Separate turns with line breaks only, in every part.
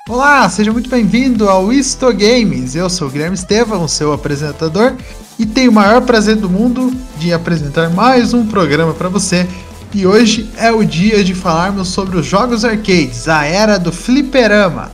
Olá, seja muito bem-vindo ao Isto Games. Eu sou o Guilherme Estevão, seu apresentador, e tenho o maior prazer do mundo de apresentar mais um programa para você. E hoje é o dia de falarmos sobre os jogos arcades, a era do fliperama.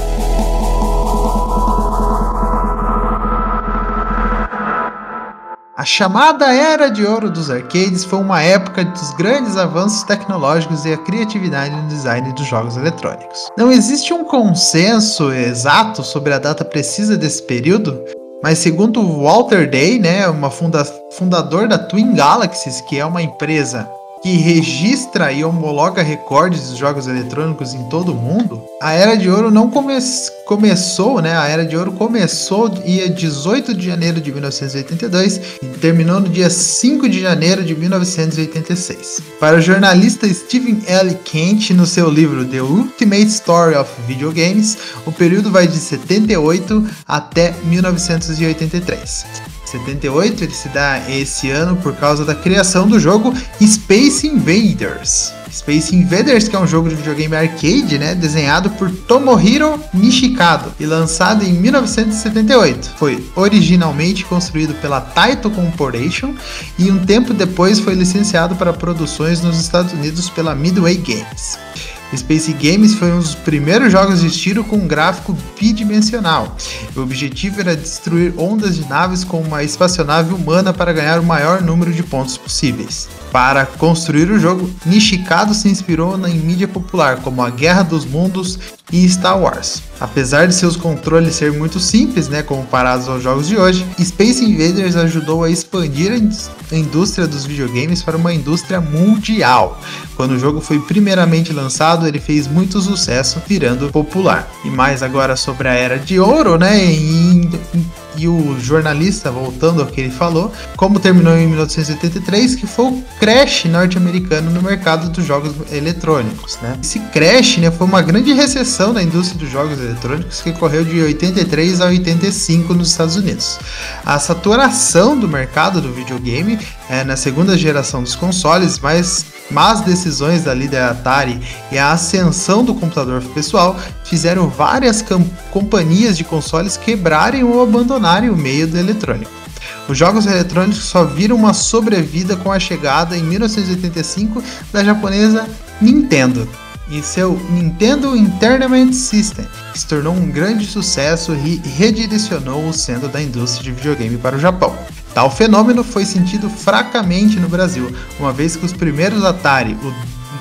A chamada Era de Ouro dos arcades foi uma época dos grandes avanços tecnológicos e a criatividade no design dos jogos eletrônicos. Não existe um consenso exato sobre a data precisa desse período, mas segundo Walter Day, fundador da Twin Galaxies, que é uma empresa que registra e homologa recordes dos jogos eletrônicos em todo o mundo, a Era de Ouro não começou, né? A Era de Ouro começou dia 18 de janeiro de 1982 e terminou no dia 5 de janeiro de 1986. Para o jornalista Stephen L. Kent, no seu livro The Ultimate Story of Video Games, o período vai de 78 até 1983. 78 ele se dá esse ano por causa da criação do jogo Space Invaders. Space Invaders, que é um jogo de videogame arcade, né, desenhado por Tomohiro Nishikado e lançado em 1978. Foi originalmente construído pela Taito Corporation e um tempo depois foi licenciado para produções nos Estados Unidos pela Midway Games. Space Games foi um dos primeiros jogos de tiro com um gráfico bidimensional. O objetivo era destruir ondas de naves com uma espaçonave humana para ganhar o maior número de pontos possíveis. Para construir o jogo, Nishikado se inspirou em mídia popular como a Guerra dos Mundos e Star Wars. Apesar de seus controles serem muito simples, comparados aos jogos de hoje, Space Invaders ajudou a expandir a indústria dos videogames para uma indústria mundial. Quando o jogo foi primeiramente lançado, ele fez muito sucesso, virando popular. E mais agora sobre a Era de Ouro, e o jornalista, voltando ao que ele falou, como terminou em 1983, que foi o crash norte-americano no mercado dos jogos eletrônicos. Esse crash foi uma grande recessão da indústria dos jogos eletrônicos que ocorreu de 83 a 85 nos Estados Unidos. A saturação do mercado do videogame na segunda geração dos consoles, mas más decisões da líder Atari e a ascensão do computador pessoal fizeram várias companhias de consoles quebrarem ou abandonarem o meio do eletrônico. Os jogos eletrônicos só viram uma sobrevida com a chegada em 1985 da japonesa Nintendo e seu Nintendo Entertainment System, que se tornou um grande sucesso e redirecionou o centro da indústria de videogame para o Japão. Tal fenômeno foi sentido fracamente no Brasil, uma vez que os primeiros Atari, o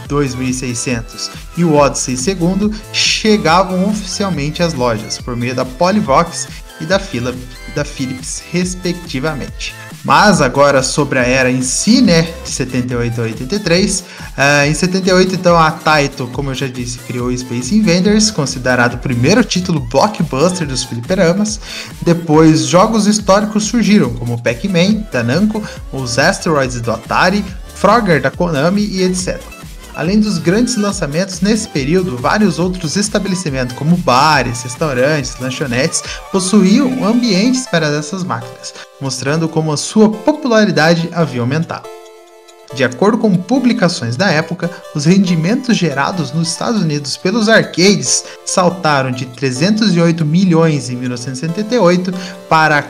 2600 e o Odyssey II, chegavam oficialmente às lojas, por meio da Polivox e da Philips, respectivamente. Mas agora sobre a era em si, de 78 a 83, em 78 então a Taito, como eu já disse, criou Space Invaders, considerado o primeiro título blockbuster dos fliperamas. Depois jogos históricos surgiram, como Pac-Man, da Namco, os Asteroids do Atari, Frogger da Konami e etc. Além dos grandes lançamentos, nesse período, vários outros estabelecimentos, como bares, restaurantes, lanchonetes, possuíam ambientes para essas máquinas, mostrando como a sua popularidade havia aumentado. De acordo com publicações da época, os rendimentos gerados nos Estados Unidos pelos arcades saltaram de 308 milhões em 1978 para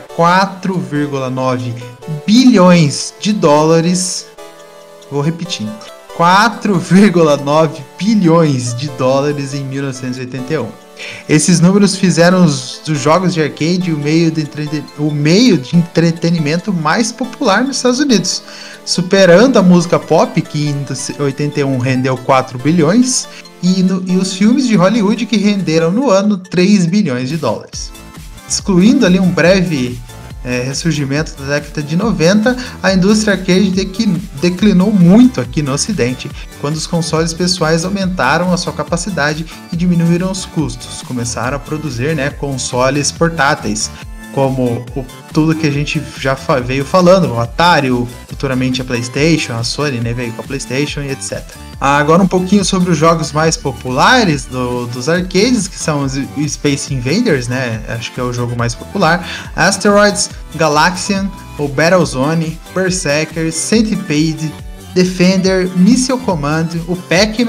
4,9 bilhões de dólares. Vou repetir. 4,9 bilhões de dólares em 1981. Esses números fizeram dos jogos de arcade o meio de entretenimento mais popular nos Estados Unidos, superando a música pop, que em 81 rendeu 4 bilhões, e os filmes de Hollywood, que renderam no ano 3 bilhões de dólares. Excluindo ali um breve ressurgimento da década de 90, a indústria arcade declinou muito aqui no Ocidente, quando os consoles pessoais aumentaram a sua capacidade e diminuíram os custos. Começaram a produzir consoles portáteis, como tudo que a gente já veio falando, o Atari, futuramente a PlayStation, a Sony veio com a PlayStation e etc. Agora um pouquinho sobre os jogos mais populares dos arcades, que são os Space Invaders, acho que é o jogo mais popular, Asteroids, Galaxian, o Battlezone, Berserker, Centipede, Defender, Missile Command, o Pac-Man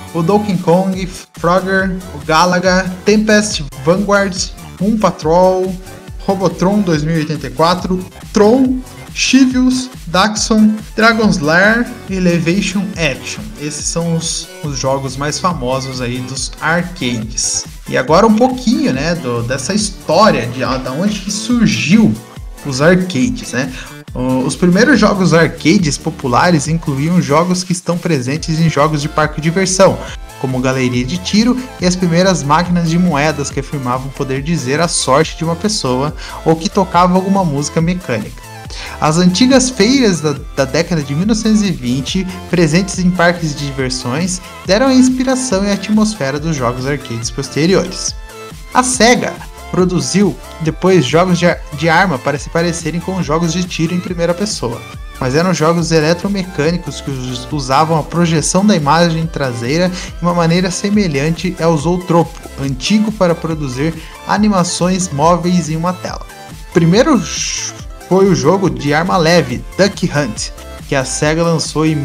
o Donkey Kong, Frogger, o Galaga, Tempest, Vanguard, Moon Patrol, Robotron 2084, Tron, Chivius, Daxon, Dragon's Lair e Elevation Action. Esses são os jogos mais famosos aí dos arcades. E agora um pouquinho, né, dessa história de onde que surgiu os arcades, né? Os primeiros jogos arcades populares incluíam jogos que estão presentes em jogos de parque de diversão, como galeria de tiro e as primeiras máquinas de moedas que afirmavam poder dizer a sorte de uma pessoa ou que tocavam alguma música mecânica. As antigas feiras da década de 1920, presentes em parques de diversões, deram a inspiração e a atmosfera dos jogos arcades posteriores. A Sega produziu depois jogos de arma para se parecerem com jogos de tiro em primeira pessoa, mas eram jogos eletromecânicos que usavam a projeção da imagem traseira de uma maneira semelhante ao Zootropo, antigo para produzir animações móveis em uma tela. Primeiro foi o jogo de arma leve Duck Hunt, que a Sega lançou em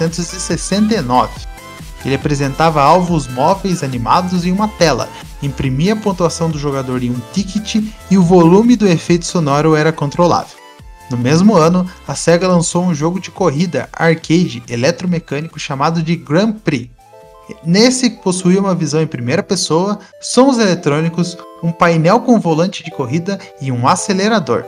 1969. Ele apresentava alvos móveis animados em uma tela, imprimia a pontuação do jogador em um ticket e o volume do efeito sonoro era controlável. No mesmo ano, a Sega lançou um jogo de corrida arcade eletromecânico chamado de Grand Prix. Nesse possuía uma visão em primeira pessoa, sons eletrônicos, um painel com volante de corrida e um acelerador.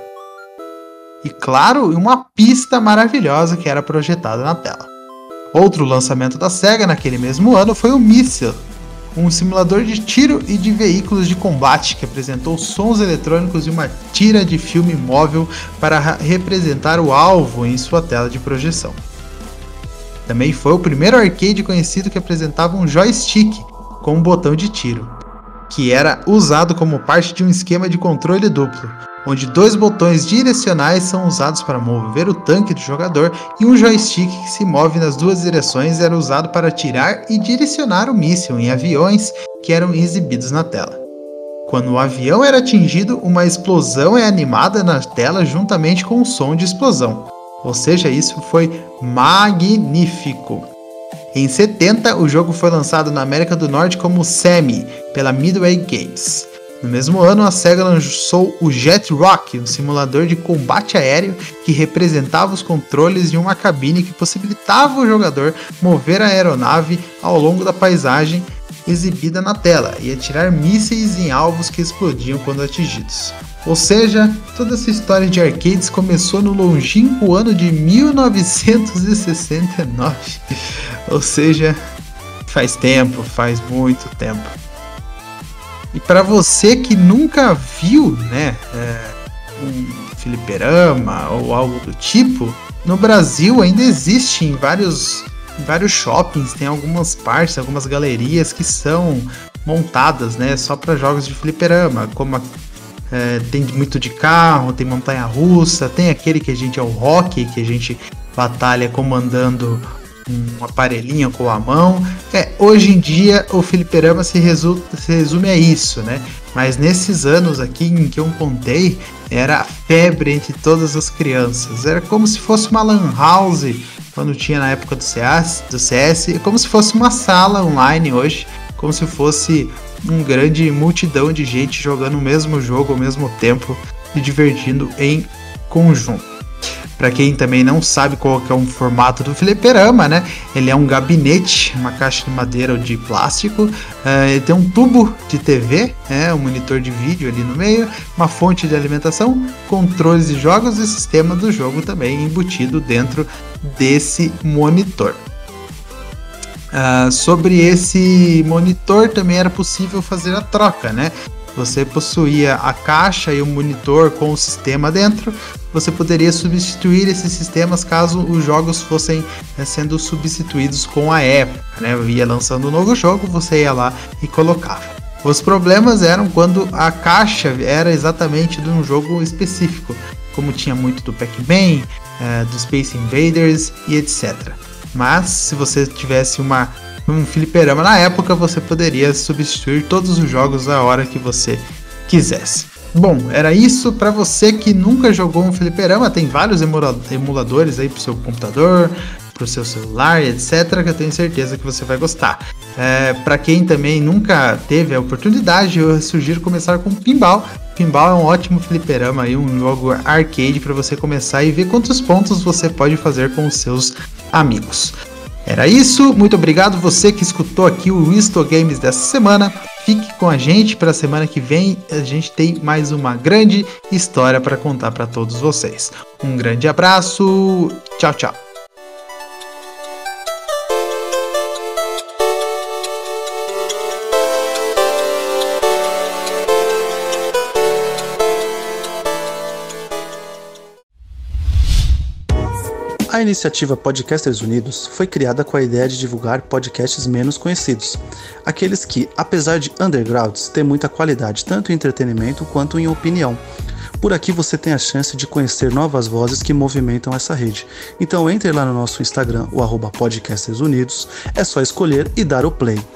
E claro, uma pista maravilhosa que era projetada na tela. Outro lançamento da Sega naquele mesmo ano foi o Missile, um simulador de tiro e de veículos de combate que apresentou sons eletrônicos e uma tira de filme móvel para representar o alvo em sua tela de projeção. Também foi o primeiro arcade conhecido que apresentava um joystick com um botão de tiro, que era usado como parte de um esquema de controle duplo, onde dois botões direcionais são usados para mover o tanque do jogador e um joystick que se move nas duas direções era usado para atirar e direcionar o míssil em aviões que eram exibidos na tela. Quando o avião era atingido, uma explosão é animada na tela juntamente com o som de explosão. Ou seja, isso foi magnífico. Em 70, o jogo foi lançado na América do Norte como Sammy, pela Midway Games. No mesmo ano, a Sega lançou o Jet Rock, um simulador de combate aéreo que representava os controles de uma cabine que possibilitava o jogador mover a aeronave ao longo da paisagem exibida na tela e atirar mísseis em alvos que explodiam quando atingidos. Ou seja, toda essa história de arcades começou no longínquo ano de 1969. Ou seja, faz tempo, faz muito tempo. E para você que nunca viu, né, um fliperama ou algo do tipo, no Brasil ainda existe em vários shoppings, tem algumas partes, algumas galerias que são montadas, né, só para jogos de fliperama, como tem muito de carro, tem montanha-russa, tem aquele que a gente é o hockey, que a gente batalha comandando um aparelhinho com a mão. Hoje em dia o fliperama se resume a isso, né? Mas nesses anos aqui em que eu contei, era a febre entre todas as crianças. Era como se fosse uma lan house quando tinha na época do CS, como se fosse uma sala online hoje, como se fosse um grande multidão de gente jogando o mesmo jogo ao mesmo tempo, se divertindo em conjunto. Para quem também não sabe qual que é o formato do fliperama, né? Ele é um gabinete, uma caixa de madeira ou de plástico, ele tem um tubo de TV, um monitor de vídeo ali no meio, uma fonte de alimentação, controles de jogos e sistema do jogo também embutido dentro desse monitor. Sobre esse monitor também era possível fazer a troca, né? Você possuía a caixa e o monitor com o sistema dentro, você poderia substituir esses sistemas caso os jogos fossem sendo substituídos com a época, né? Ia lançando um novo jogo, você ia lá e colocava. Os problemas eram quando a caixa era exatamente de um jogo específico, como tinha muito do Pac-Man, do Space Invaders e etc. Mas se você tivesse um fliperama na época, você poderia substituir todos os jogos a hora que você quisesse. Bom, era isso. Para você que nunca jogou um fliperama, tem vários emuladores aí pro seu computador, pro seu celular, etc, que eu tenho certeza que você vai gostar. Para quem também nunca teve a oportunidade, eu sugiro começar com Pinball. Pinball é um ótimo fliperama, aí, um jogo arcade para você começar e ver quantos pontos você pode fazer com os seus amigos. Era isso, muito obrigado você que escutou aqui o Isto Games dessa semana. Fique com a gente para a semana que vem, a gente tem mais uma grande história para contar para todos vocês. Um grande abraço, tchau, tchau.
A iniciativa Podcasters Unidos foi criada com a ideia de divulgar podcasts menos conhecidos, aqueles que, apesar de undergrounds, têm muita qualidade tanto em entretenimento quanto em opinião. Por aqui você tem a chance de conhecer novas vozes que movimentam essa rede. Então entre lá no nosso Instagram, o @podcastersunidos, é só escolher e dar o play.